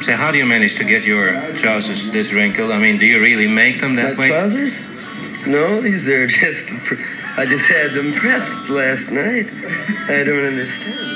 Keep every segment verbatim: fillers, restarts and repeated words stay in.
So how do you manage to get your trousers this wrinkled? I mean, do you really make them that My way? trousers? No, these are just... I just had them pressed last night. I don't understand.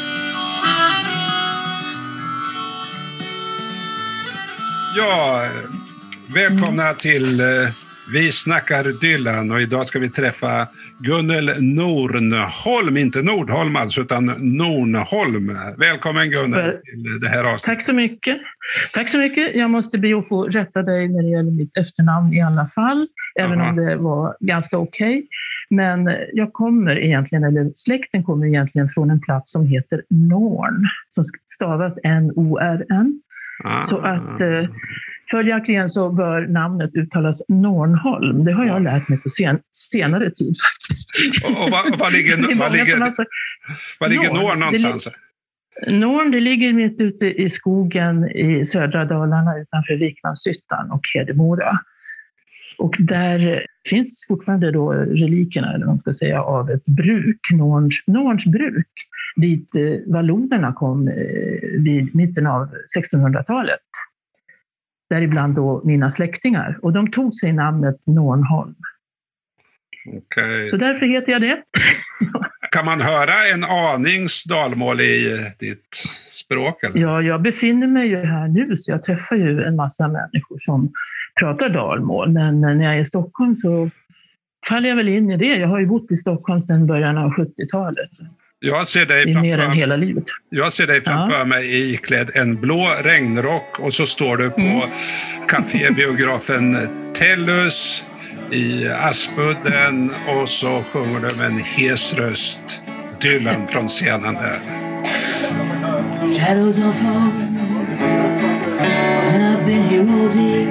Ja, välkomna till eh, Vi snackar Dylan, och idag ska vi träffa Gunnel Nornholm, inte Nordholm alltså utan Nornholm. Välkommen Gunnel till det här avsnittet. Tack så mycket. Tack så mycket. Jag måste be att få rätta dig när det gäller mitt efternamn i alla fall, även Aha. om det var ganska okej. Okay. Men jag kommer egentligen, eller släkten kommer egentligen från en plats som heter Norn, som stavas N O R N. Ah. Så att eh, följaktligen så bör namnet uttalas Nornholm. Det har jag lärt mig på sen, senare tid faktiskt. Och, och var, var ligger, var ligger, massa... var ligger Norn någonstans? Det, Norn, det ligger mitt ute i skogen i södra Dalarna utanför Vikmanshyttan och Hedemora. Och där finns fortfarande då relikerna, eller vad man ska säga, av ett bruk, Norns, Norns bruk, dit eh, vallonerna kom eh, vid mitten av sextonhundratalet. Däribland då mina släktingar. Och de tog sig namnet Nornholm. Okay. Så därför heter jag det. Kan man höra en anings dalmål i ditt språk? Eller? Ja, jag befinner mig ju här nu, så jag träffar ju en massa människor som pratar dalmål. Men när jag är i Stockholm så faller jag väl in i det. Jag har ju bott i Stockholm sedan början av sjuttiotalet. Jag ser dig framför, mer än hela livet. Jag ser dig framför ja. mig iklädd en blå regnrock, och så står du på mm. kafébiografen Tellus i Aspudden, och så sjunger du med en hes röst Dylan från scenen där. Shadows are falling and I've been here all day.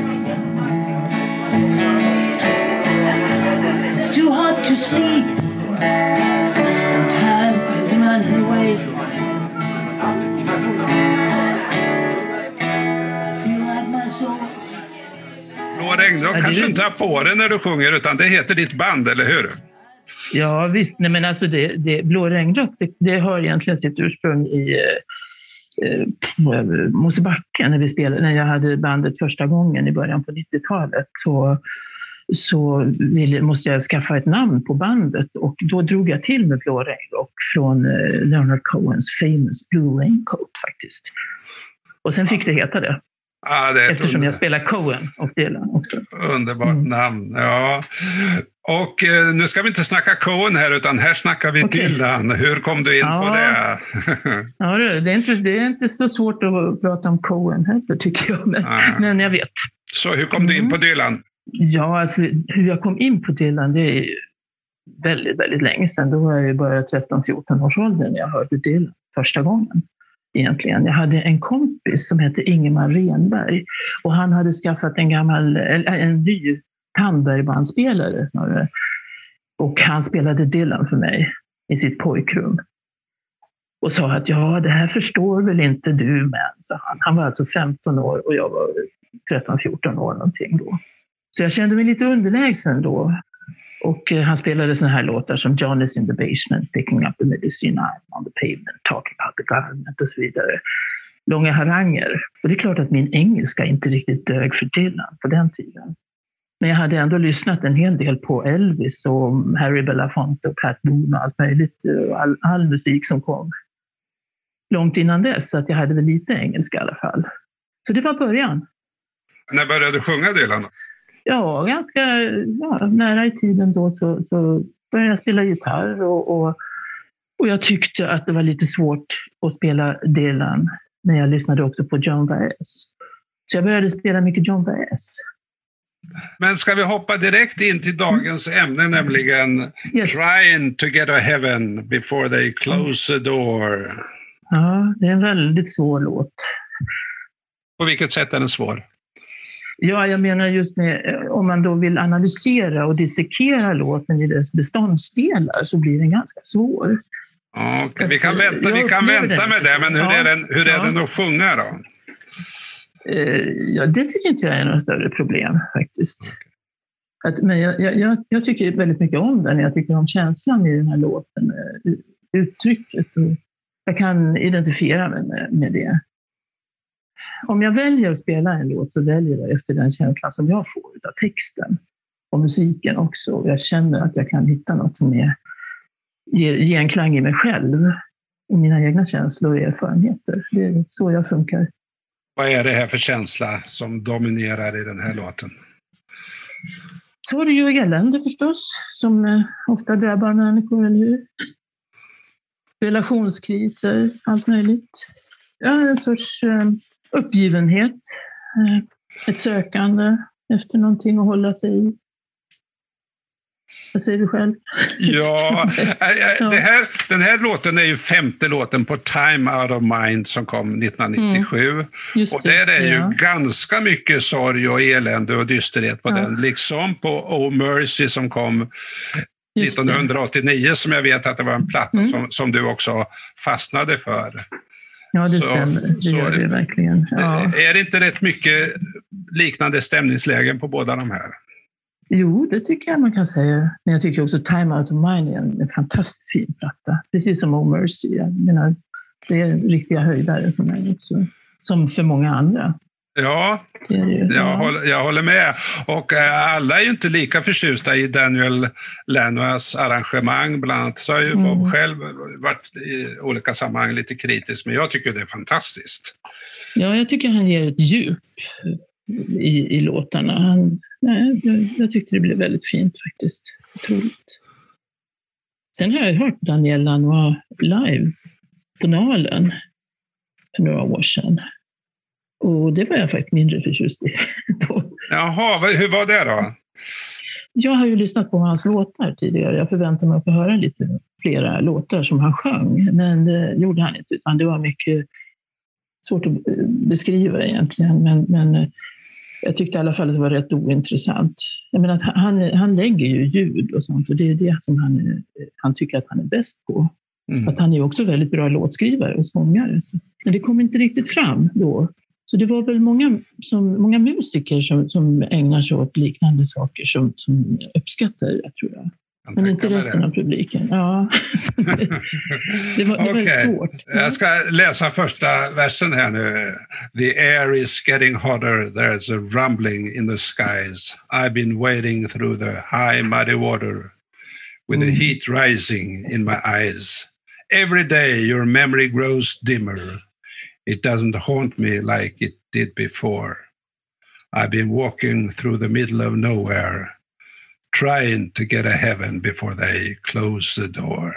It's too hot to sleep. Blå regnrock ja, kanske inte har på det när du sjunger, utan det heter ditt band, eller hur? Ja visst, nej, men alltså det, det, Blå regnrock, det, det har egentligen sitt ursprung i eh, Mosebacke, när, vi spelade, när jag hade bandet första gången i början på nittiotalet. Så, så ville, måste jag skaffa ett namn på bandet, och då drog jag till med Blå regnrock från eh, Leonard Cohens famous Blue Raincoat faktiskt. Och sen fick det heta det. Ja, det eftersom under... jag spelar Cohen och Dylan också. Underbart mm. namn, ja. Och eh, nu ska vi inte snacka Cohen här, utan här snackar vi okay. Dylan. Hur kom du in ja. på det? Ja, det är, inte, det är inte så svårt att prata om Cohen heller, tycker jag. Men, ja. men jag vet. Så hur kom mm. du in på Dylan? Ja, alltså hur jag kom in på Dylan, det är ju väldigt, väldigt länge sedan. Då var jag ju bara tretton fjorton års ålder när jag hörde Dylan första gången. Egentligen. Jag hade en kompis som hette Ingemar Renberg, och han hade skaffat en gammal, en ny Tandbergbandspelare snarare, och han spelade Dylan för mig i sitt pojkrum och sa att ja, det här förstår väl inte du, men så han. Han var alltså femton år och jag var tretton fjorton år någonting då. Så jag kände mig lite underlägsen då. Och han spelade såna här låtar som John is in the basement, picking up the medicine I'm on the pavement, talking about the government och så vidare. Långa haranger. Och det är klart att min engelska inte riktigt dög för Dylan på den tiden. Men jag hade ändå lyssnat en hel del på Elvis och Harry Belafonte och Pat Boone och allt möjligt. All, all musik som kom långt innan dess, så att jag hade väl lite engelska i alla fall. Så det var början. När började du sjunga Dylan? Ja, ganska ja, nära i tiden då så, så började jag spela gitarr och, och, och jag tyckte att det var lite svårt att spela Dylan när jag lyssnade också på Joan Baez. Så jag började spela mycket Joan Baez. Men ska vi hoppa direkt in till dagens mm. ämne, nämligen yes. Trying to get to heaven before they close the door. Ja, det är en väldigt svår låt. På vilket sätt är den svår? Ja, jag menar just med, om man då vill analysera och dissekera låten i dess beståndsdelar så blir den ganska svår. Okay, vi kan vänta, vi kan vänta med det, men hur ja, är den, hur är ja. den att sjunga då? Ja, det tycker inte jag är något större problem faktiskt. Att, men jag, jag, jag tycker väldigt mycket om den. Jag tycker om känslan i den här låten, uttrycket. Och jag kan identifiera mig med, med det. om jag väljer att spela en låt så väljer jag efter den känslan som jag får av texten och musiken också. Jag känner att jag kan hitta något som är, ger, ger en klang i mig själv och mina egna känslor och erfarenheter. Det är så jag funkar. Vad är det här för känsla som dominerar i den här låten? Så är det ju elände förstås, som eh, ofta drabbar människor, eller hur? Relationskriser, allt möjligt. Ja, en sorts eh, uppgivenhet, eh, ett sökande efter någonting att hålla sig i. Vad säger du själv? Ja, det här, den här låten är ju femte låten på Time Out of Mind som kom nittonhundranittiosju. Mm, och där är ju ja. ganska mycket sorg och elände och dysterhet på ja. den. Liksom på Oh Mercy som kom nittonhundraåttionio, som jag vet att det var en platta mm. som, som du också fastnade för. Ja, det så, stämmer. Det så, gör det verkligen. Ja. Är det inte rätt mycket liknande stämningslägen på båda de här? Jo, det tycker jag man kan säga. Men jag tycker också Time Out of Mind är en, en fantastiskt fin platta. Precis som Oh Mercy. Jag menar, det är riktiga höjdare för mig också. Som för många andra. Ja, det är det ju. Jag, håller, jag håller med. Och äh, alla är ju inte lika förtjusta i Daniel Lanois arrangemang. Bland annat så har ju mm. Bob själv varit i olika sammanhang lite kritisk. Men jag tycker det är fantastiskt. Ja, jag tycker han ger ett djup i, i låtarna. Han, nej, jag, jag tyckte det blev väldigt fint faktiskt. Otroligt. Sen har jag hört Daniel Lanois live på Nalen för några år sedan. Och det var jag faktiskt mindre förtjust i då. Jaha, hur var det då? Jag har ju lyssnat på hans låtar tidigare. Jag förväntar mig att få höra lite flera låtar som han sjöng. Men det gjorde han inte, utan det var mycket svårt att beskriva egentligen. Men, men jag tyckte i alla fall att det var rätt ointressant. Jag menar att han, han lägger ju ljud och sånt, och det är det som han, han tycker att han är bäst på. Mm. Att han är ju också väldigt bra låtskrivare och sångare. Men det kom inte riktigt fram då. Så det var väl många, som, många musiker som, som ägnar sig åt liknande saker som, som uppskattar det, tror jag. jag Men inte resten av publiken. Ja. det, det var, det var okay. svårt. Jag ska läsa första versen här nu. The air is getting hotter. There's a rumbling in the skies. I've been wading through the high muddy water with mm. the heat rising in my eyes. Every day your memory grows dimmer. It doesn't haunt me like it did before. I've been walking through the middle of nowhere, trying to get a heaven before they close the door.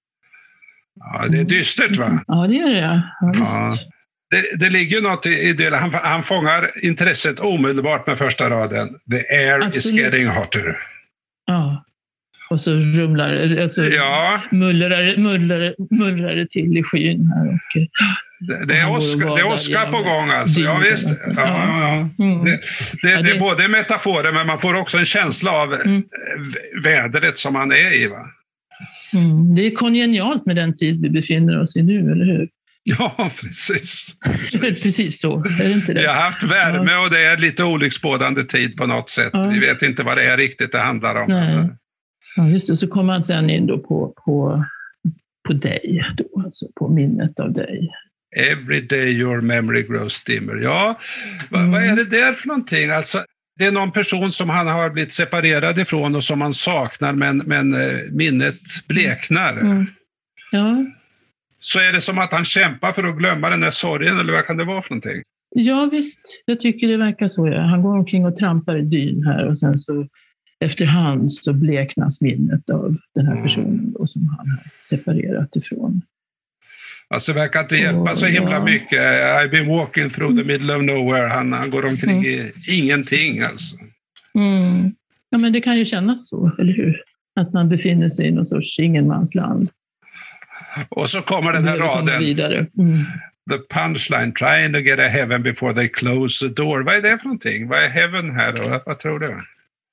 Ja, det är dystert, va? Ja, det är det. Ja, ja. Det, det ligger något i det. Han, han fångar intresset omedelbart med första raden. The air Absolut. is getting hotter. Ja. Och så rumlar alltså ja. mullrar, mullrar, mullrar det till i skyn här. Och, det, det är Oscar, det är Oscar på gång alltså. Ja, visst. Ja, ja, ja. Mm. Det, det, ja, det, det är både metaforer, men man får också en känsla av mm. vädret som man är i. Va? Mm. Det är kongenialt med den tid vi befinner oss i nu, eller hur? Ja, precis. Precis, precis så. Är det inte det? Vi har haft värme och det är lite olycksbådande tid på något sätt. Ja. Vi vet inte vad det är riktigt det handlar om. Nej. Ja, just det. Så kommer han sen in då på, på, på dig, då, alltså på minnet av dig. Every day your memory grows dimmer. Ja, mm. vad är det där för någonting? Alltså, det är någon person som han har blivit separerad ifrån och som han saknar, men, men minnet bleknar. Mm. Ja. Så är det som att han kämpar för att glömma den där sorgen, eller vad kan det vara för någonting? Ja, visst. Jag tycker det verkar så. Ja. Han går omkring och trampar i dyn här, och sen så efterhand så bleknas minnet av den här personen då, som han har separerat ifrån. Alltså det verkar inte hjälpa så himla ja. mycket. I've been walking through the middle of nowhere. Han, han går omkring mm. i ingenting alltså. Mm. Ja, men det kan ju kännas så, eller hur? Att man befinner sig i någon sorts ingenmansland. Och så kommer den här raden. Vidare. Mm. The punchline, trying to get a heaven before they close the door. Vad är det för någonting? Vad är heaven här då? Vad, vad tror du?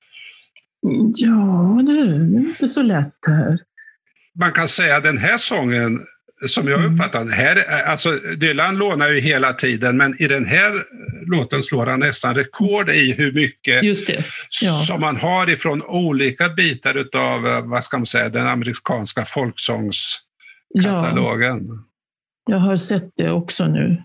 Ja, det är inte så lätt här. Man kan säga att den här sången, som jag uppfattar den här, alltså Dylan lånar ju hela tiden, men i den här låten slår han nästan rekord i hur mycket Just det. Ja. som man har ifrån olika bitar av, vad ska man säga, den amerikanska folksångskatalogen. Ja. Jag har sett det också nu.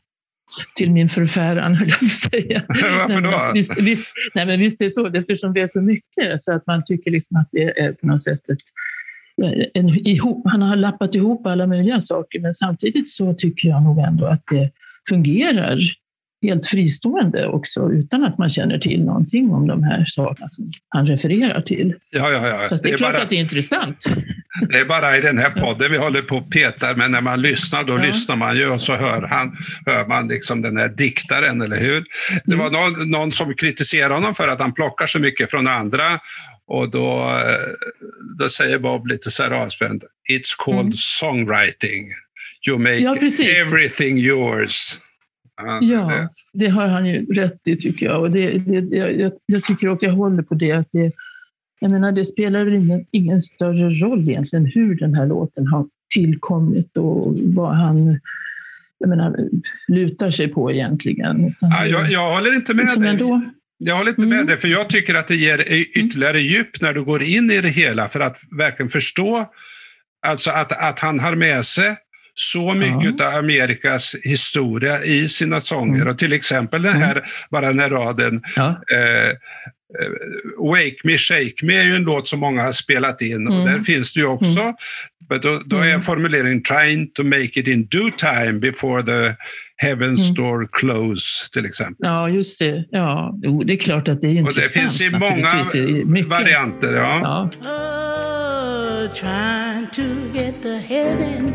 till min förfäran, höll jag på att säga. Varför då? Nej, men, visst, visst, nej, men visst är det så, eftersom det är så mycket, så att man tycker liksom att det är på något sätt ett, en, ihop, han har lappat ihop alla möjliga saker, men samtidigt så tycker jag nog ändå att det fungerar helt fristående också, utan att man känner till någonting om de här sakerna som han refererar till. Ja, ja, ja. Fast det är, det är klart bara, att det är intressant. Det är bara i den här podden vi håller på och petar, men när man lyssnar, då ja. lyssnar man ju och så hör, han, hör man liksom den här diktaren, eller hur? Det var någon, någon som kritiserade honom för att han plockar så mycket från andra, och då, då säger Bob lite så här avspänd: It's called mm. songwriting. You make ja, everything yours. Ja, ja, det. det har han ju rätt i, tycker jag. Och det, det, jag, jag tycker att jag håller på det. Att det jag menar, det spelar ingen, ingen större roll egentligen hur den här låten har tillkommit och vad han jag menar, lutar sig på egentligen. Ja, jag, jag håller inte med dig. Ändå. Jag håller inte mm. med dig, för jag tycker att det ger ytterligare djup när du går in i det hela, för att verkligen förstå alltså att, att han har med sig så mycket ja. av Amerikas historia i sina sånger. Mm. Och till exempel den här, mm. bara den här raden, ja. eh, Wake Me, Shake Me är ju en låt som många har spelat in, mm. och där finns det ju också. Mm. Men då, då är en formulering trying to make it in due time before the heaven's mm. door close, till exempel. Ja, just det. Ja, jo, det är klart att det är intressant. Och det finns i många varianter. Ja. Ja. Oh, trying to get the heaven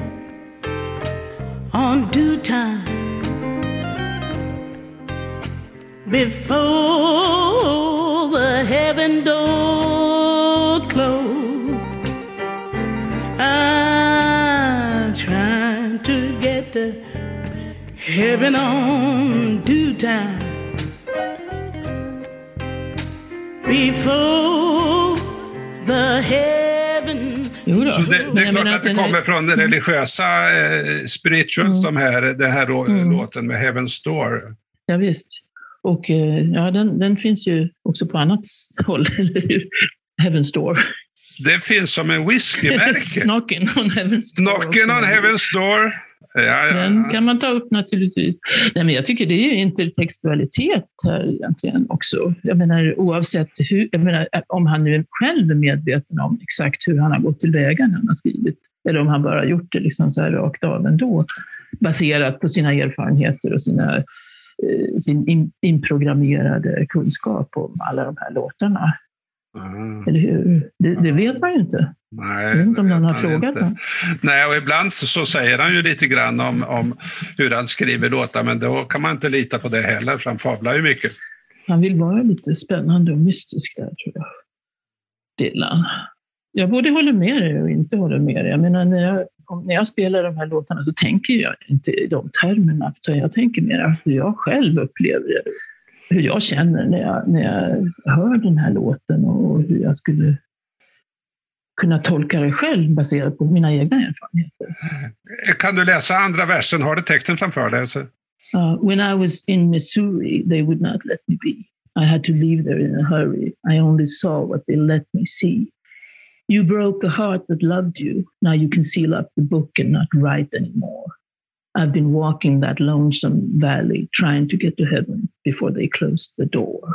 on due time before the heaven door close. I'm trying to get the heaven on due time before the heaven. Jo då. Så det, det är klart att det kommer från det religiösa eh, spirituals, mm. de här, den här mm. låten med Heaven's Door. Ja, visst. Och ja, den, den finns ju också på annat håll, eller hur? Heaven's Door. Det finns som en whiskymärke. Knocking on Heaven's Door. Knocking on Heaven's Door. Ja, ja. Den kan man ta upp naturligtvis. Nej, men jag tycker det är ju intertextualitet här egentligen också. Jag menar, oavsett hur, jag menar, om han nu själv är medveten om exakt hur han har gått tillväga när han har skrivit, eller om han bara har gjort det liksom så här rakt av ändå, baserat på sina erfarenheter och sina, sin in, inprogrammerade kunskap om alla de här låtarna. Mm. Eller hur? Det, det vet man ju inte. Nej, jag vet inte om någon har frågat honom. Nej, och ibland så, så säger han ju lite grann om, om hur han skriver låtar, men då kan man inte lita på det heller, för han fablar ju mycket. Han vill vara lite spännande och mystisk där, tror jag. Dylan. Jag både håller med dig och inte håller med dig. Jag menar, när jag, när jag spelar de här låtarna så tänker jag inte i de termerna, utan jag tänker mer hur jag själv upplever det. Hur jag känner när jag, när jag hör den här låten och hur jag skulle kunna tolka det själv baserat på mina egna erfarenheter. Kan du läsa andra versen? Har du texten framför dig? Uh, when I was in Missouri, they would not let me be. I had to leave there in a hurry. I only saw what they let me see. You broke a heart that loved you. Now you can seal up the book and not write anymore. I've been walking that lonesome valley trying to get to heaven before they closed the door.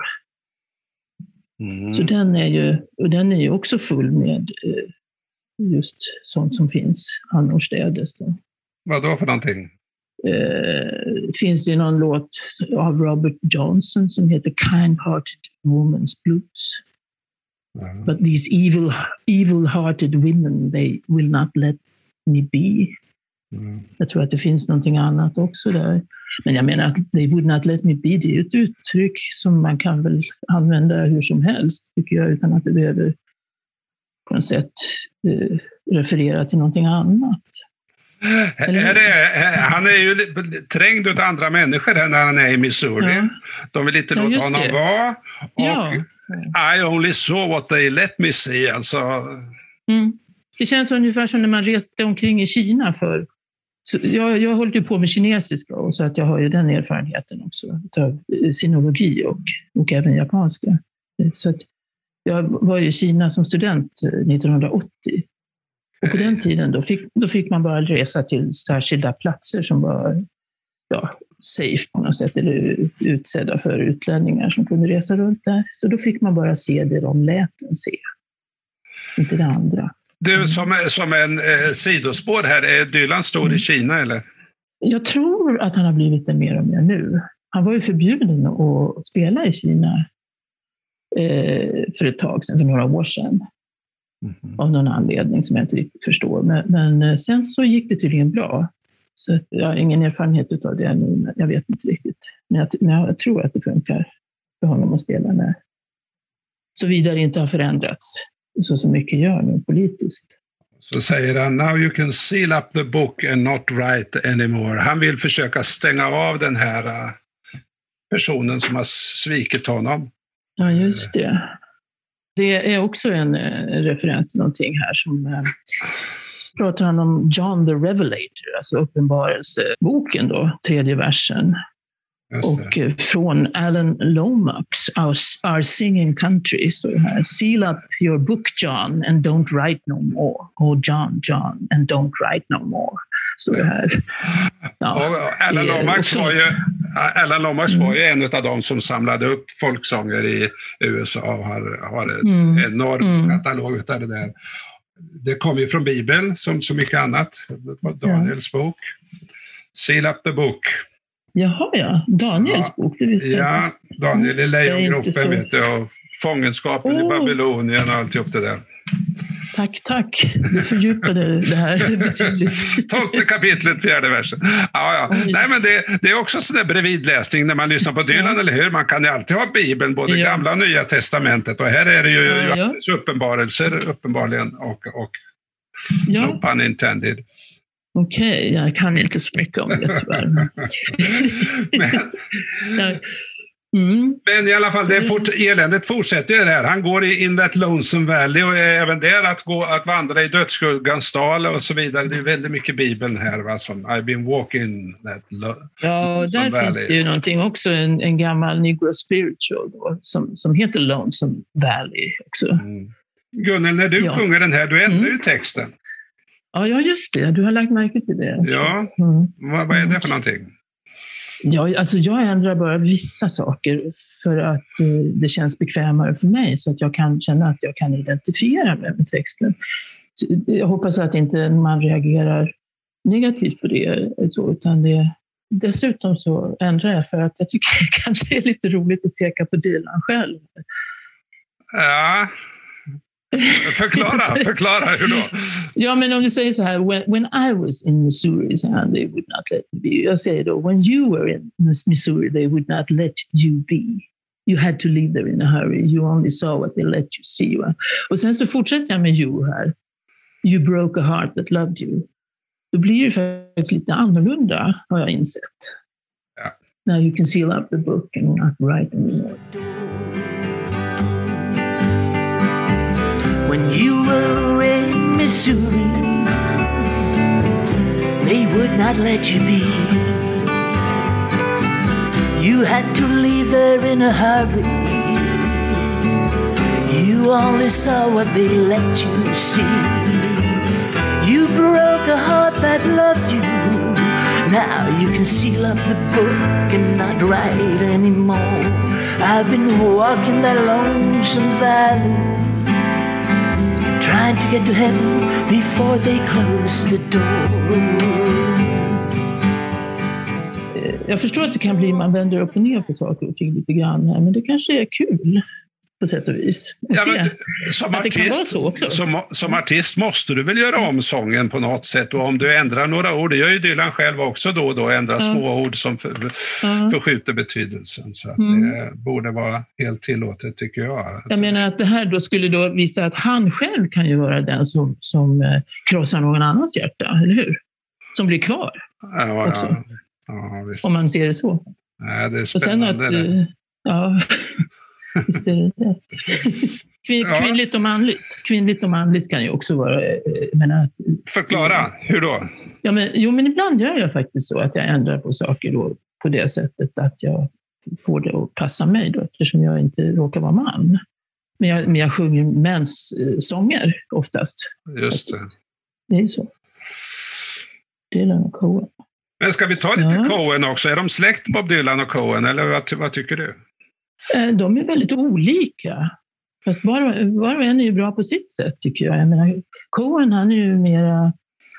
Mm. Så den är ju, och den är ju också full med just sånt som finns annorstädes. Vad då för någonting? Eh, finns det någon låt av Robert Johnson som heter Kind-Hearted Woman's Blues. Mm. But these evil, evil-hearted women, they will not let me be. Mm. Jag tror att det finns någonting annat också där. Men jag menar att they would not let me be, det är ett uttryck som man kan väl använda hur som helst, tycker jag, utan att det behöver på något sätt eh, referera till någonting annat. Är det, han är ju trängd av andra människor här när han är i Missouri. Ja. De vill inte ja, låta honom det. vara. Och ja. I only saw what they let me see. Alltså. Mm. Det känns ungefär som när man reste omkring i Kina för så jag, jag håller ju på med kinesiska, och så att jag har ju den erfarenheten också av sinologi och, och även japanska. Så att jag var i Kina som student nittonhundraåttio. Och på den tiden då fick, då fick man bara resa till särskilda platser som var ja, safe på något sätt, eller utsedda för utlänningar som kunde resa runt där. Så då fick man bara se det de lät en se, inte det andra. Du, som, som en eh, sidospår här, är Dylan stor mm. i Kina eller? Jag tror att han har blivit det mer och mer nu. Han var ju förbjuden att spela i Kina eh, för ett tag sedan, för några år sedan. Mm. Av någon anledning som jag inte riktigt förstår. Men, men sen så gick det tydligen bra. Så att jag har ingen erfarenhet av det nu, men jag vet inte riktigt. Men jag, men jag tror att det funkar för honom att spela när såvida det inte har förändrats så så mycket gör nu politiskt. Så säger han, now you can seal up the book and not write anymore. Han vill försöka stänga av den här personen som har svikit honom. Ja, just det. Det är också en eh, referens till någonting här som eh, pratar han om John the Revelator, alltså uppenbarelseboken då, tredje versen. Och eh, från Alan Lomax, Our, Our Singing Country, står det här. Seal up your book, John, and don't write no more. Oh, John, John, and don't write no more. Så det här. Ja, och Alan Lomax var ju, Alan Lomax mm. var ju en av dem som samlade upp folksånger i U S A och har, har en mm. enorm mm. katalog av det där. Det kommer ju från Bibeln som så mycket annat. Daniels ja. bok. Seal up the book. Jaha, ja. Daniels ja. bok. Det vet jag. Ja, Daniel i lejongropen, vet du, och fångenskapen oh. i Babylonien och alltihop det där. Tack, tack. Du fördjupade det här betydligt. Tolfte kapitlet, fjärde versen. Ja, ja. Nej, men det, det är också sån där bredvidläsning när man lyssnar på Dylan, ja. eller hur? Man kan ju alltid ha Bibeln, både ja. gamla och nya testamentet. Och här är det ju ja, ja. uppenbarelser, uppenbarligen, och, och ja. no pun intended. Okej, okay, jag kan inte så mycket om det tyvärr. Men, ja. Mm. Men i alla fall, det fort, eländet fortsätter ju det här. Han går i In That Lonesome Valley och är även där att, gå, att vandra i dödsskuggans dal och så vidare. Det är väldigt mycket Bibeln här, va, som I've been walking that lo- Ja, där valley. Finns det ju någonting också, en, en gammal Negro Spiritual då, som, som heter Lonesome Valley också. Mm. Gunnel, när du ja. sjunger den här, du ändrar mm. ju texten. Ja, ja, just det. Du har lagt märke till det. Ja, mm. vad, vad är det för någonting? Ja, alltså jag ändrar bara vissa saker för att uh, det känns bekvämare för mig så att jag kan känna att jag kan identifiera mig med texten. Jag hoppas att inte man reagerar negativt på det, så, utan det, dessutom så ändrar jag för att jag tycker det kanske är lite roligt att peka på Dylan själv. Ja, förklara, förklara hur då? Ja, men om du säger så här, when, when I was in Missouri, and they would not let me be. Jag säger då, when you were in Missouri, they would not let you be. You had to leave there in a hurry. You only saw what they let you see. Och sen så fortsätter jag med you här. You broke a heart that loved you. Då blir det faktiskt lite annorlunda, har jag insett. Ja. Now you can seal up the book and not write anymore. When you were in Missouri, they would not let you be. You had to leave there in a hurry. You only saw what they let you see. You broke a heart that loved you. Now you can seal up the book and not write anymore. I've been walking that lonesome valley, trying to get to heaven before they close the door. Jag förstår att det kan bli, man vänder upp och ner på saker och ting lite grann här, men det kanske är kul på sätt och vis. Och ja, men, som, att artist, det kan vara så också. Som, som artist måste du väl göra om sången på något sätt, och om du ändrar några ord, det gör ju Dylan själv också då och då, ändrar ja. små ord som för, ja. förskjuter betydelsen. Så att mm. det borde vara helt tillåtet, tycker jag. Jag alltså. menar att det här då skulle då visa att han själv kan ju vara den som, som eh, krossar någon annans hjärta, eller hur? Som blir kvar ja, också. Ja. Ja, visst. Om man ser det så. Nej, det är spännande. Och sen att, uh, ja, visst är det det. Kvin, ja. Kvinnligt och manligt. Kvinnligt och manligt kan ju också vara... Menar, att, förklara, hur då? Ja, men, jo, men ibland gör jag faktiskt så att jag ändrar på saker då, på det sättet att jag får det att passa mig då, eftersom jag inte råkar vara man. Men jag, men jag sjunger mäns sånger oftast. Just det. Det är ju så. Det är Leonard Cohen. Men ska vi ta lite Ja. Cohen också? Är de släkt, Bob Dylan och Cohen, eller vad, vad tycker du? Eh, De är väldigt olika. Fast var, var och en är ju bra på sitt sätt, tycker jag. Jag menar, Cohen, han är ju mera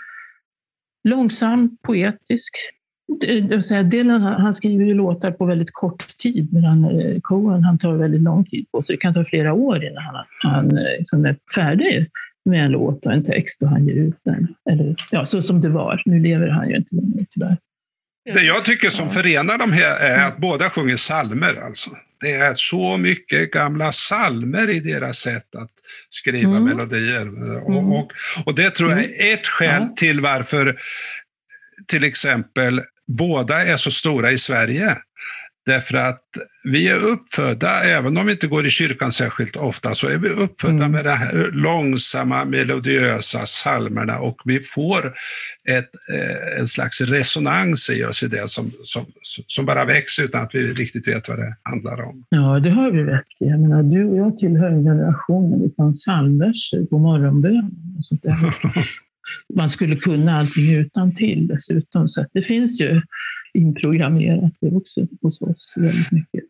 långsam, poetisk. Jag vill säga, Dylan, han skriver ju låtar på väldigt kort tid, medan eh, Cohen, han tar väldigt lång tid på sig. Det kan ta flera år innan han, han eh, liksom är färdig med en låt och en text och han ger ut den. Eller, ja, så som det var. Nu lever han ju inte längre, tyvärr. Det jag tycker som förenar dem här är att båda sjunger psalmer. Alltså. Det är så mycket gamla psalmer i deras sätt att skriva Mm. melodier. Och, och, och det tror jag är ett skäl Ja. till varför till exempel båda är så stora i Sverige. Därför att vi är uppfödda, även om vi inte går i kyrkan särskilt ofta, så är vi uppfödda Mm. med de här långsamma, melodiösa psalmerna och vi får ett, eh, en slags resonans i oss i det som, som, som bara växer utan att vi riktigt vet vad det handlar om. Ja, det har du rätt i. Jag menar, du och jag tillhör generationen från psalmverser på morgonbönen och sånt där. Man skulle kunna allting utan till dessutom, så att det finns ju inprogrammerat det också hos oss väldigt mycket.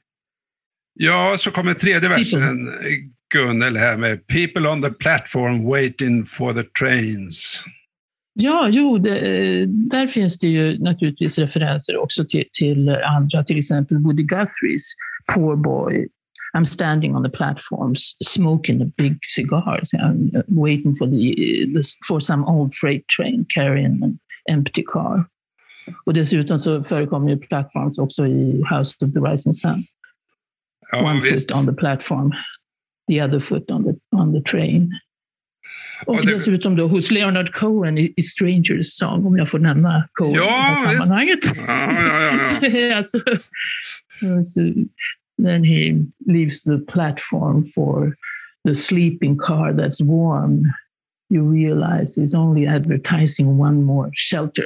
Ja, så kommer tredje versen, Gunnel, här med People on the platform waiting for the trains. Ja, jo, det, där finns det ju naturligtvis referenser också till, till andra, till exempel Woody Guthrie's Poor Boy. I'm standing on the platforms, smoking a big cigar. I'm waiting for the, the for some old freight train carrying an empty car. Och dessutom så förekommer ju platforms också i House of the Rising Sun. Ja, One visst. foot on the platform, the other foot on the, on the train. Och Ja, det- dessutom då hos Leonard Cohen i, i Strangers Song, om jag får nämna Cohen Ja, i det här visst. sammanhanget. Ja, ja, ja, ja. alltså, alltså, then he leaves the platform for the sleeping car that's warm. You realize he's only advertising one more shelter.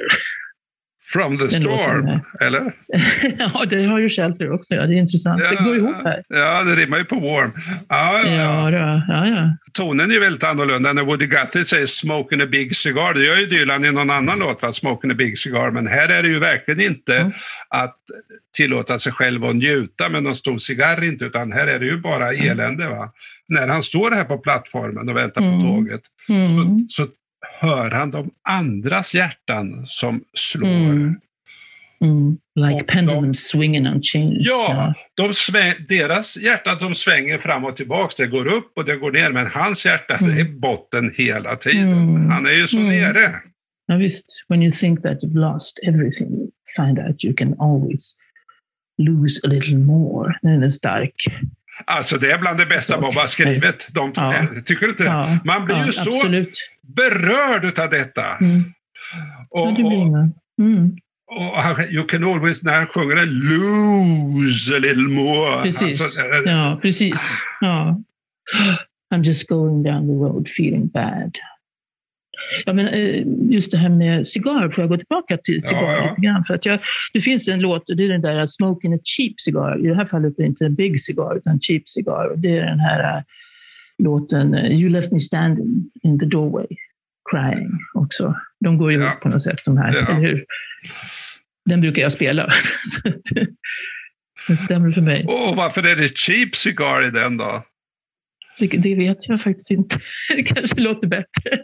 From the Den låten storm, med. eller? Ja, det har ju shelter också. Ja, det är intressant. Det går ihop här. Ja, det rimmar ju på warm. Ja, ja, ja. Ja, då, ja, ja. Tonen är väldigt annorlunda. När Woody Guthrie säger smoking a big cigar, det gör ju Dylan i någon annan låt, va? Smoking a big cigar. Men här är det ju verkligen inte Mm. att tillåta sig själv att njuta med någon stor cigarr, inte, utan här är det ju bara elände. Va? När han står här på plattformen och väntar Mm. på tåget Mm. så, så hör han de andras hjärtan som slår. Mm. Mm. Like Och pendulum de- swinging on chains. Ja, de sväng, deras hjärtan de svänger fram och tillbaka. Det går upp och det går ner, men hans hjärta Mm. är botten hela tiden. Mm. Han är ju så Mm. nere. Ja, visst. When you think that you've lost everything, you find out you can always lose a little more. Den är stark. Alltså det är bland det bästa Bob har skrivit. De, Ja. Tycker du inte det? Ja, Man blir ja, ju så absolut. berörd av detta. Mm. Ja, Och, det blir och, man. Mm. och han- you can always, när han sjunger det, lose a little more. Precis. Alltså, eh, Ja, precis. Ja. I'm just going down the road feeling bad. Ja, men eh, just det här med cigarr, får jag gå tillbaka till cigarr Ja, ja. lite grann? För att jag, det finns en låt, och det är den där Smoking a cheap cigar. I det här fallet är det inte en big cigar, utan cheap cigar. Och det är den här eh, låten eh, You left me standing in the doorway, crying också. De går ihop Ja. på något sätt, de här, Ja. eller hur? Den brukar jag spela. Så att, det stämmer för mig. Och varför är det cheap cigar i den då? Det, det vet jag faktiskt inte. Det kanske låter bättre.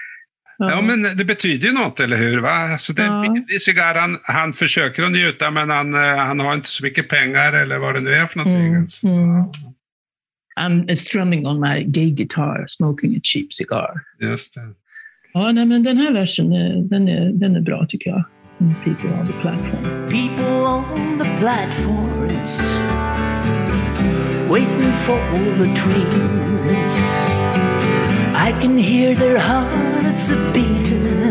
Ja, men det betyder ju något, eller hur? Va? Alltså, det är en Ja. billig cigarr. Han, han försöker att njuta, men han, eh, han har inte så mycket pengar, eller vad det nu är för någonting. Mm, Alltså. mm. I'm strumming on my gay guitar, smoking a cheap cigar. Just det. Ja, nej, men den här versen, eh, den är, den är bra tycker jag. People on the platforms. People on the platforms waiting for the trains. I can hear their hearts a-beating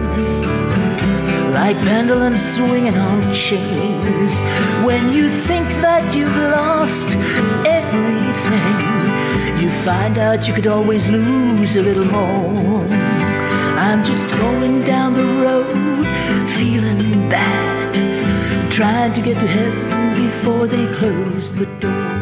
like pendulums swinging on chains. When you think that you've lost everything, you find out you could always lose a little more. I'm just going down the road feeling bad, trying to get to heaven before they close the door.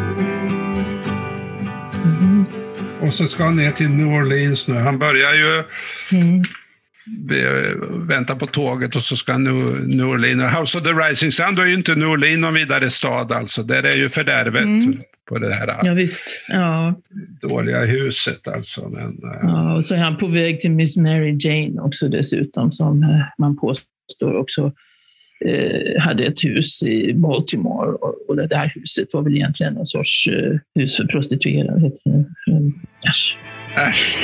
Och så ska han ner till New Orleans nu. Han börjar ju Mm. vi väntar på tåget och så ska New, New Orleans. House of the Rising Sun, då är ju inte New Orleans någon vidare stad alltså. Där är ju fördärvet mm. på det här ja, visst. Ja. dåliga huset alltså. Men, ja, och så är han på väg till Miss Mary Jane också dessutom, som man påstår också eh, hade ett hus i Baltimore. Och, och det där huset var väl egentligen en sorts eh, hus för prostituerade. Heter det. Äsch. Äsch.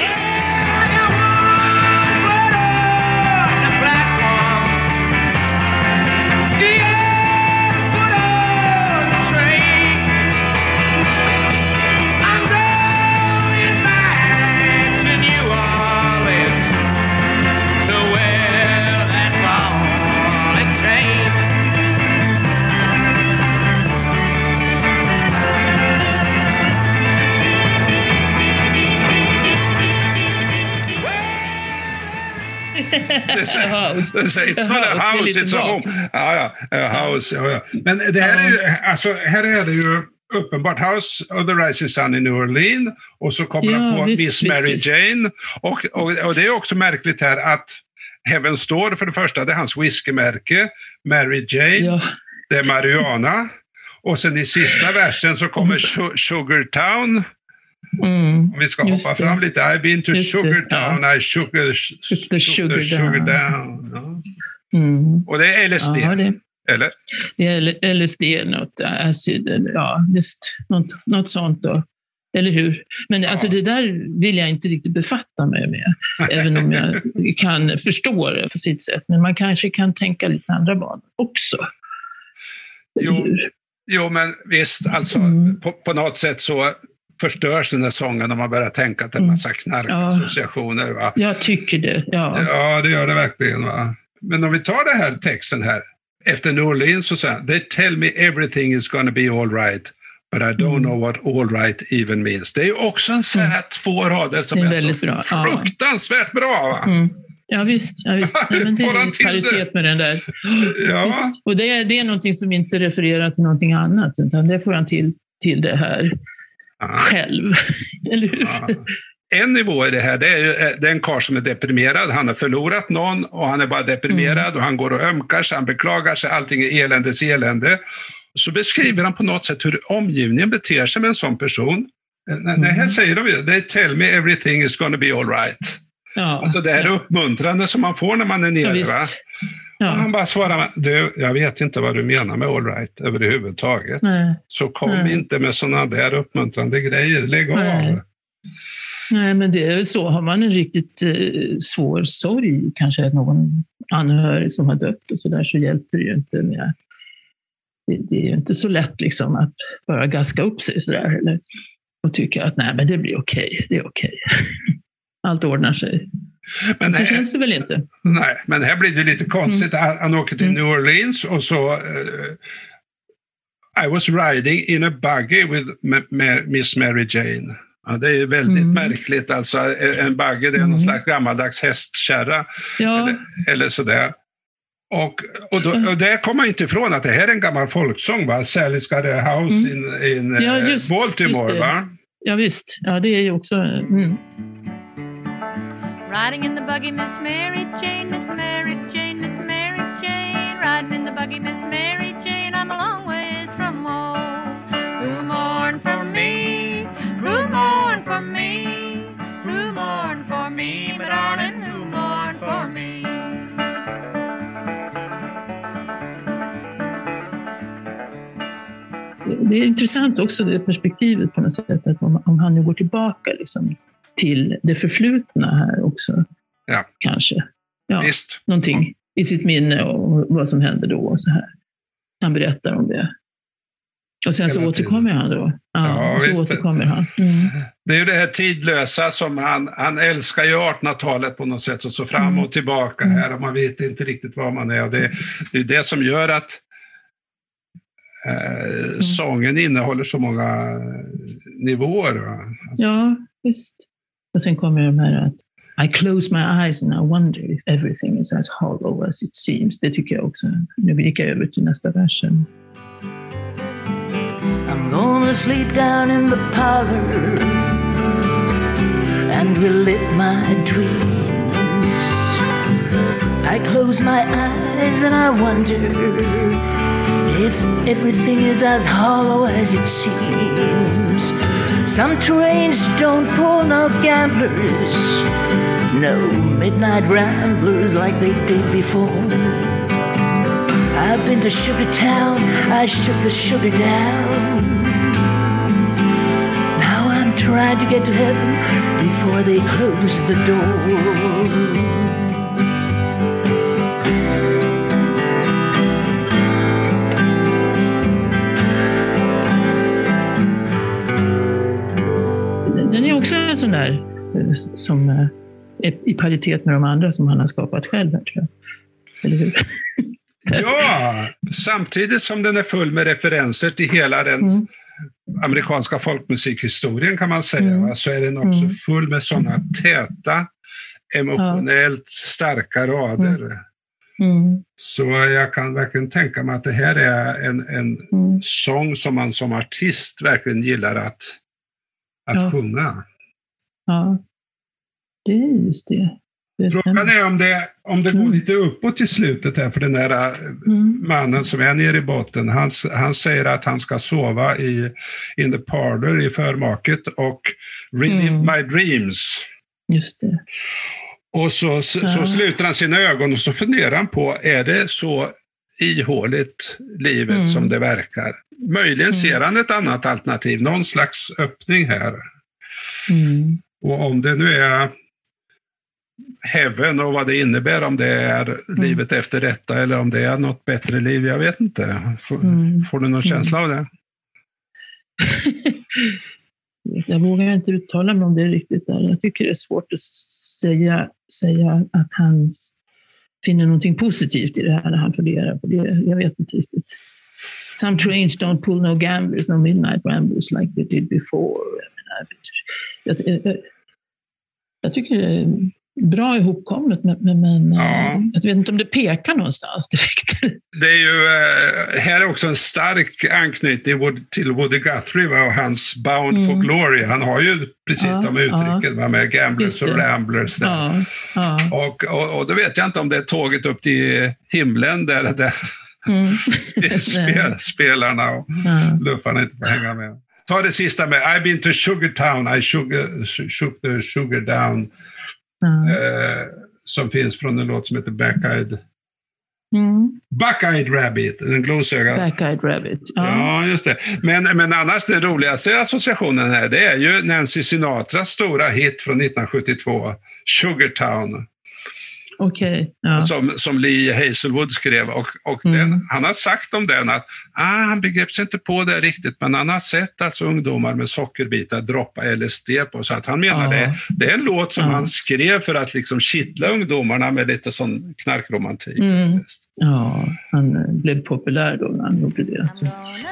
It's, it's, it's not a house, it's a home. Ja, ja, a house. Ja, ja. Men det här är ju, alltså, här är det ju uppenbart House of the Rising Sun i New Orleans och så kommer han ja, på visst, Miss visst, Mary visst. Jane. Och, och, och det är också märkligt här att Heaven står för det första, det är hans whiskymärke. Mary Jane, ja. Det är marijuana. Och sen i sista versen så kommer Sugar Town. Mm, om vi ska hoppa fram lite. I've been to Sugar Town, ja. I sugar, sugar, sugar, sugar down. Ja. Mm. Och det är L S D, ja, det, eller? Det är L S D, något acid, ja, just något, något sånt då. Eller hur? Men ja. Alltså det där vill jag inte riktigt befatta mig med, även om jag kan förstå det på sitt sätt. Men man kanske kan tänka lite andra banor också. Jo, jo, men visst, alltså mm. på, på något sätt så förstörs den här sången om man börjar tänka att det är en massa knarkassociationer. Ja, va? Jag tycker det, ja. Ja, det gör det verkligen, va? Men om vi tar den här texten här, efter New Orleans så säger they tell me everything is gonna be all right, but I don't mm. know what all right even means. Det är ju också en sån här mm. två rader som är, är så bra. fruktansvärt ja. bra, va? Mm. Ja visst, ja, visst. Ja, men det är paritet det? Med den där. Ja. Visst. Och det är, det är någonting som inte refererar till någonting annat, utan det får han till, till det här ja. själv. Eller hur? Ja. En nivå i det här, det är, ju, det är en karl som är deprimerad. Han har förlorat någon och han är bara deprimerad mm. och han går och ömkar sig, han beklagar sig, allting är eländes elände. Så beskriver han på något sätt hur omgivningen beter sig med en sån person. Mm. Nej, här säger de, they tell me everything is gonna be all right. Ja, alltså det är ja. uppmuntrande som man får när man är nere, ja, va? Ja. Och han bara svarar, du, jag vet inte vad du menar med all right överhuvudtaget. Nej. Så kom Nej. inte med sådana där uppmuntrande grejer, lägg Nej. av. Nej, men det är så. Har man en riktigt eh, svår sorg, kanske någon anhörig som har dött och så där, så hjälper det ju inte med. Det, det är ju inte så lätt liksom att bara gaska upp sig så där, eller och tycka att nej, men det blir okej, det är okej. Allt ordnar sig. Men så här, känns det väl inte. Nej, men här blir det lite konstigt. Mm. Han åker till New Orleans och så uh, I was riding in a buggy with Miss Mary Jane. Ja, det är ju väldigt mm. märkligt. Alltså, en buggy, det är mm. någon slags gammaldags hästkärra. Ja. Eller, eller sådär. Och, och, då, och där kommer man inte ifrån att det här är en gammal folksång, va? Sally's got a house mm. in, in ja, just, Baltimore, just va? Ja, visst. Ja, det är ju också... Mm. Riding in the buggy, Miss Mary Jane, Miss Mary Jane, Miss Mary Jane. Riding in the buggy, Miss Mary Jane. I'm a long ways from home. Who mourn for me? Who mourn for me? Who mourn for me? My darling, who mourn for me? Det är intressant också det perspektivet på något sätt, att om, om han nu går tillbaka liksom till det förflutna här också. Ja. Kanske. Ja, visst. Någonting ja. i sitt minne och vad som hände då och så här. Han berättar om det. Och sen Hela så återkommer tiden. han då. Ja, ja och så visst. återkommer han. Mm. Det är ju det här tidlösa som han, han älskar ju artonhundratalet på något sätt, och så fram och tillbaka mm. här, och man vet inte riktigt var man är. Och det, det är det som gör att eh, mm. sången innehåller så många nivåer. Va? Ja, visst. Och sen kommer de här att I close my eyes and I wonder if everything is as hollow as it seems. Det tycker jag också. Nu gick jag över till nästa versen. I'm gonna sleep down in the parlor and relive my dreams. I close my eyes and I wonder if everything is as hollow as it seems. Some trains don't pull no gamblers, no midnight ramblers like they did before. I've been to Sugar Town, I shook the sugar down. Now I'm trying to get to heaven before they close the door. Den är också en sån där som är i paritet med de andra som han har skapat själv, tror jag. Eller hur? Ja, samtidigt som den är full med referenser till hela den mm. amerikanska folkmusikhistorien kan man säga, mm. så är den också mm. full med sådana täta, emotionellt starka rader. Mm. Mm. Så jag kan verkligen tänka mig att det här är en, en mm. sång som man som artist verkligen gillar att, att ja. sjunga. Ja, det är just det. Frågan är om det, om det mm. går lite uppåt till slutet här för den här mm. mannen som är nere i botten. Han, han säger att han ska sova i in the parlor i förmaket och relive mm. my dreams. Just det. Och så, så, ja. så sluter han sina ögon och så funderar han på, är det så ihåligt livet mm. som det verkar? Möjligen mm. ser han ett annat alternativ, någon slags öppning här. Mm. Och om det nu är heaven och vad det innebär, om det är mm. livet efter detta eller om det är något bättre liv, jag vet inte. Får, mm. får du någon känsla mm. av det? Jag vågar inte uttala mig om det riktigt där. Jag tycker det är svårt att säga, säga att han finner någonting positivt i det här när han funderar på det. Jag vet inte riktigt. Some trains don't pull no gamblers, no midnight ramblers like they did before. Jag, jag, jag, jag tycker det är bra ihopkommet, men, men ja. jag vet inte om det pekar någonstans direkt. Det är ju, här är också en stark anknytning till Woody Guthrie och hans Bound mm. for Glory. Han har ju precis ja, de uttrycken ja. med gamblers och ramblers. Där. Ja, ja. Och, och, och då vet jag inte om det är tåget upp till himlen där, där mm. spel, spelarna och ja. luffarna inte får hänga med. Ta det sista med I've been to Sugar Town, I sugar, shook the sugar down. Mm. Eh, som finns från en låt som heter Back-Eyed mm. Buck-Eyed Rabbit, en glosöga. Back-Eyed Rabbit, ja. Ja, just det. Men, men annars den roligaste associationen här, det är ju Nancy Sinatras stora hit från nittonhundrasjuttiotvå, Sugar Town. Okay, ja. som, som Lee Hazelwood skrev och, och mm. den, han har sagt om den att ah, han begrepp sig inte på det riktigt, men han har sett alltså ungdomar med sockerbitar droppa L S D på, så att han menar ja. det, det är en låt som ja. han skrev för att liksom kittla ungdomarna med lite sån knarkromantik. Mm. Ja, han blev populär då när han gjorde det. Så.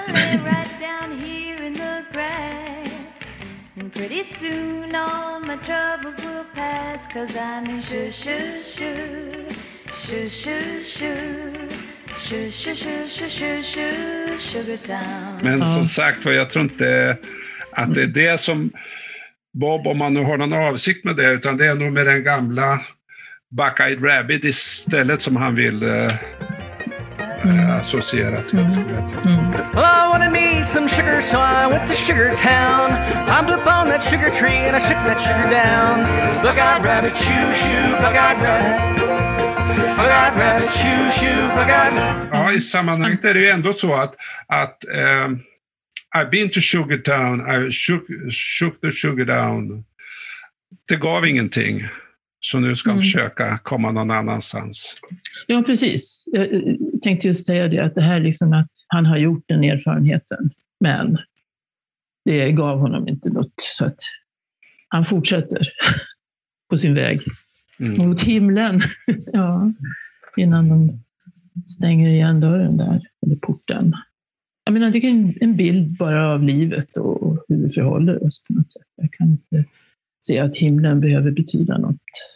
Pretty soon all my troubles will pass, 'cause I'm in shoo shoo shoo shoo shoo shoo shoo shoo shoo shoo shoo Sugar Town. Men som sagt var, jag tror inte att det är det som Bob, om man nu har någon avsikt med det, utan det är nog med den gamla Buck-Eyed Rabbit istället som han vill uh, Mm. associera till. Mm. Mm. Well, I wanted me some sugar, so I went to Sugar Town. Climbed up on that sugar tree and I shook that sugar down. Buck-Eyed Rabbit, shoo shoo, Buck-Eyed Rabbit. Buck-Eyed Rabbit, shoo shoo, Buck-Eyed Rabbit. Ja, i sammanhanget är det ju ändå så att, att um, I've been to Sugar Town, I shook, shook the sugar down. Det gav ingenting. Så nu ska han mm. försöka komma någon annanstans. Ja, precis. Jag tänkte just säga det, att det här liksom att han har gjort den erfarenheten, men det gav honom inte något, så att han fortsätter på sin väg mm. mot himlen. Ja, innan de stänger igen dörren där, eller porten. Jag menar, det är en, en bild bara av livet och hur vi förhåller oss på något sätt. Jag kan inte se att himlen behöver betyda något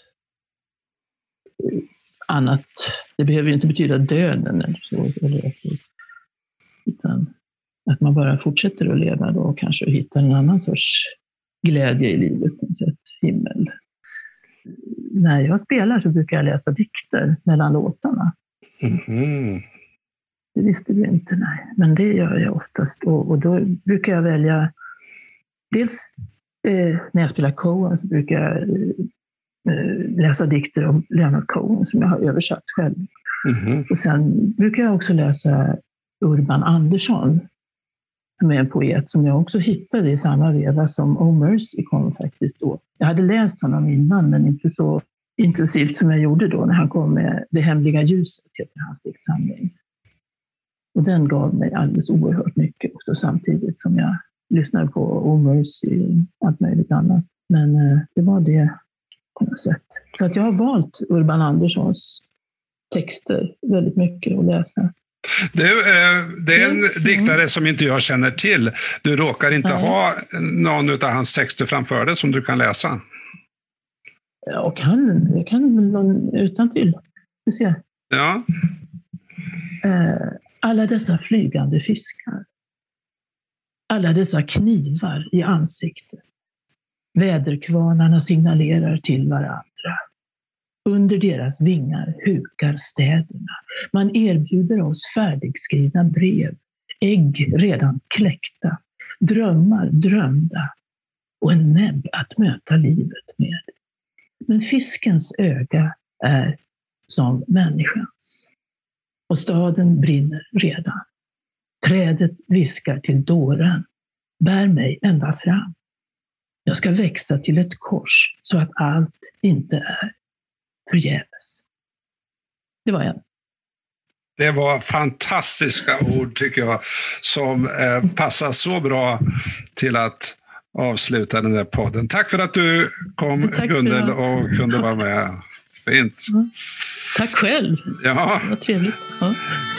annat. Det behöver inte betyda döden eller så, eller utan att man bara fortsätter att leva då och kanske hittar en annan sorts glädje i livet, ett himmel. när jag spelar så brukar jag läsa dikter mellan låtarna. Mm. Det visste du inte, nej. Men det gör jag oftast. Och, och då brukar jag välja... Dels eh, när jag spelar Cohen så brukar jag eh, läsa dikter om Leonard Cohen som jag har översatt själv. Mm. Och sen brukar jag också läsa Urban Andersson som är en poet som jag också hittade i samma veva som Oh Mercy kom faktiskt då. Jag hade läst honom innan men inte så intensivt som jag gjorde då när han kom med Det hemliga ljuset, heter hans diktsamling. Och den gav mig alldeles oerhört mycket också samtidigt som jag lyssnade på Oh Mercy och allt möjligt annat. Men eh, det var det på något sätt. Så att jag har valt Urban Anderssons texter väldigt mycket att läsa. Det, eh, det är en mm. diktare som inte jag känner till. Du råkar inte Nej. ha någon av hans texter framför dig som du kan läsa? Jag kan, jag kan väl någon utantill. Du ser. Ja. Eh, alla dessa flygande fiskar. Alla dessa knivar i ansiktet. Väderkvarnarna signalerar till varandra. Under deras vingar hukar städerna. Man erbjuder oss färdigskrivna brev, ägg redan kläckta, drömmar drömda och en näbb att möta livet med. Men fiskens öga är som människans. Och staden brinner redan. Trädet viskar till dåren. Bär mig ända fram. Jag ska växa till ett kors så att allt inte är förgäves. Det var en. Det var fantastiska ord tycker jag som eh, passar så bra till att avsluta den där podden. Tack för att du kom, Gunnel, och kunde vara med. Fint. Mm. Tack själv. Ja. Det var trevligt. Ja.